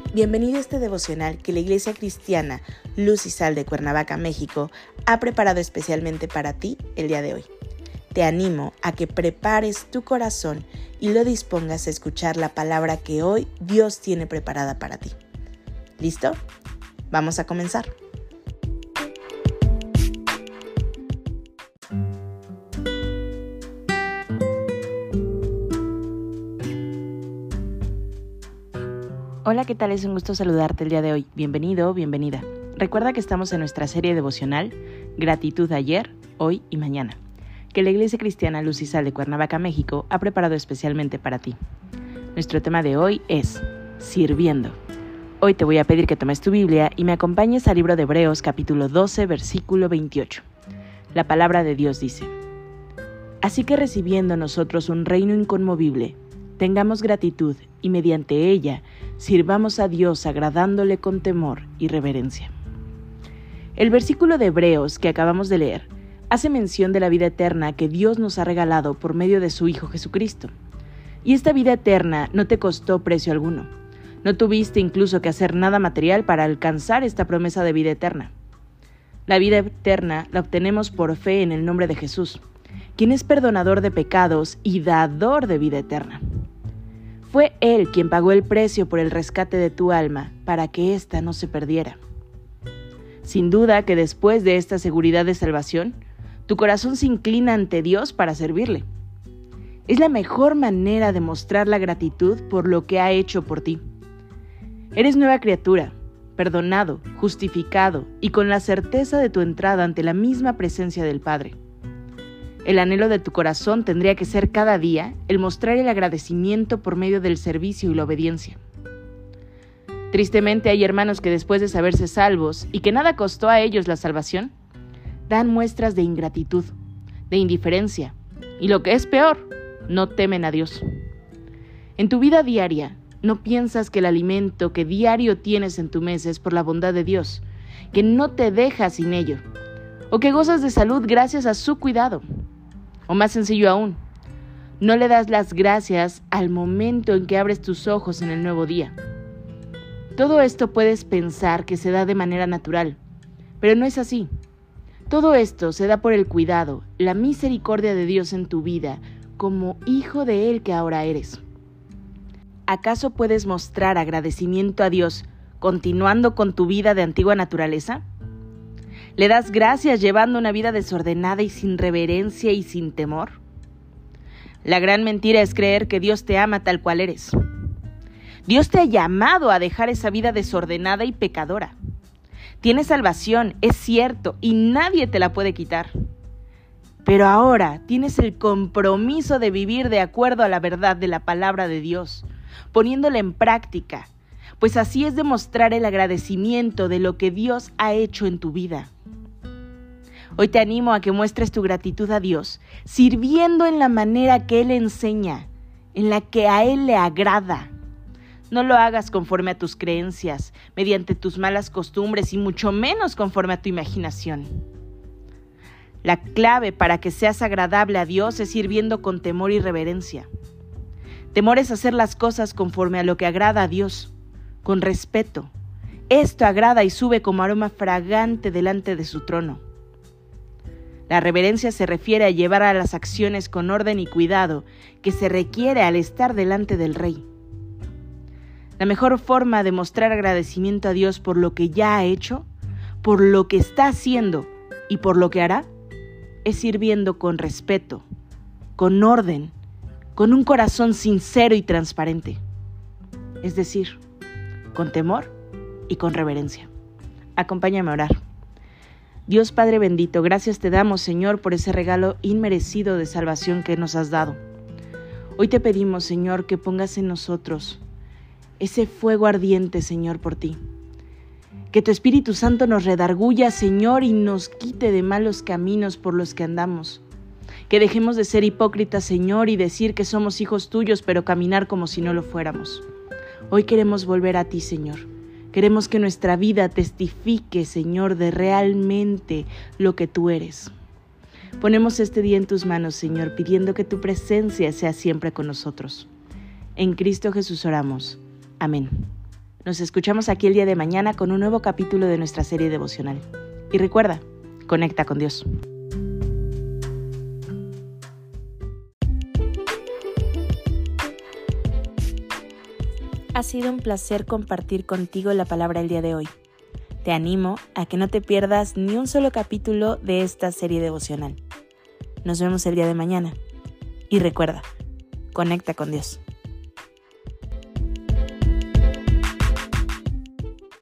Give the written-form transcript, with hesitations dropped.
Bienvenido a este devocional que la Iglesia Cristiana Luz y Sal de Cuernavaca, México, ha preparado especialmente para ti el día de hoy. Te animo a que prepares tu corazón y lo dispongas a escuchar la palabra que hoy Dios tiene preparada para ti. ¿Listo? Vamos a comenzar. Hola, ¿qué tal? Es un gusto saludarte el día de hoy. Bienvenido o bienvenida. Recuerda que estamos en nuestra serie devocional Gratitud ayer, hoy y mañana, que la Iglesia Cristiana Luz y Sal de Cuernavaca, México, ha preparado especialmente para ti. Nuestro tema de hoy es Sirviendo. Hoy te voy a pedir que tomes tu Biblia y me acompañes al libro de Hebreos, capítulo 12, versículo 28. La palabra de Dios dice: Así que recibiendo nosotros un reino inconmovible, tengamos gratitud y mediante ella sirvamos a Dios agradándole con temor y reverencia. El versículo de Hebreos que acabamos de leer hace mención de la vida eterna que Dios nos ha regalado por medio de su Hijo Jesucristo. Y esta vida eterna no te costó precio alguno. No tuviste incluso que hacer nada material para alcanzar esta promesa de vida eterna. La vida eterna la obtenemos por fe en el nombre de Jesús, quien es perdonador de pecados y dador de vida eterna. Fue Él quien pagó el precio por el rescate de tu alma para que ésta no se perdiera. Sin duda que después de esta seguridad de salvación, tu corazón se inclina ante Dios para servirle. Es la mejor manera de mostrar la gratitud por lo que ha hecho por ti. Eres nueva criatura, perdonado, justificado y con la certeza de tu entrada ante la misma presencia del Padre. El anhelo de tu corazón tendría que ser cada día el mostrar el agradecimiento por medio del servicio y la obediencia. Tristemente hay hermanos que después de saberse salvos y que nada costó a ellos la salvación, dan muestras de ingratitud, de indiferencia y lo que es peor, no temen a Dios. En tu vida diaria, no piensas que el alimento que diario tienes en tu mesa es por la bondad de Dios, que no te deja sin ello, o que gozas de salud gracias a su cuidado. O más sencillo aún, no le das las gracias al momento en que abres tus ojos en el nuevo día. Todo esto puedes pensar que se da de manera natural, pero no es así. Todo esto se da por el cuidado, la misericordia de Dios en tu vida, como hijo de Él que ahora eres. ¿Acaso puedes mostrar agradecimiento a Dios continuando con tu vida de antigua naturaleza? ¿Le das gracias llevando una vida desordenada y sin reverencia y sin temor? La gran mentira es creer que Dios te ama tal cual eres. Dios te ha llamado a dejar esa vida desordenada y pecadora. Tienes salvación, es cierto, y nadie te la puede quitar. Pero ahora tienes el compromiso de vivir de acuerdo a la verdad de la palabra de Dios, poniéndola en práctica, pues así es demostrar el agradecimiento de lo que Dios ha hecho en tu vida. Hoy te animo a que muestres tu gratitud a Dios, sirviendo en la manera que Él enseña, en la que a Él le agrada. No lo hagas conforme a tus creencias, mediante tus malas costumbres y mucho menos conforme a tu imaginación. La clave para que seas agradable a Dios es sirviendo con temor y reverencia. Temor es hacer las cosas conforme a lo que agrada a Dios, con respeto. Esto agrada y sube como aroma fragante delante de su trono. La reverencia se refiere a llevar a las acciones con orden y cuidado que se requiere al estar delante del Rey. La mejor forma de mostrar agradecimiento a Dios por lo que ya ha hecho, por lo que está haciendo y por lo que hará, es sirviendo con respeto, con orden, con un corazón sincero y transparente. Es decir, con temor y con reverencia. Acompáñame a orar. Dios Padre bendito, gracias te damos, Señor, por ese regalo inmerecido de salvación que nos has dado. Hoy te pedimos, Señor, que pongas en nosotros ese fuego ardiente, Señor, por ti. Que tu Espíritu Santo nos redarguya, Señor, y nos quite de malos caminos por los que andamos. Que dejemos de ser hipócritas, Señor, y decir que somos hijos tuyos, pero caminar como si no lo fuéramos. Hoy queremos volver a ti, Señor. Queremos que nuestra vida testifique, Señor, de realmente lo que tú eres. Ponemos este día en tus manos, Señor, pidiendo que tu presencia sea siempre con nosotros. En Cristo Jesús oramos. Amén. Nos escuchamos aquí el día de mañana con un nuevo capítulo de nuestra serie devocional. Y recuerda, conecta con Dios. Ha sido un placer compartir contigo la palabra el día de hoy. Te animo a que no te pierdas ni un solo capítulo de esta serie devocional. Nos vemos el día de mañana. Y recuerda, conecta con Dios.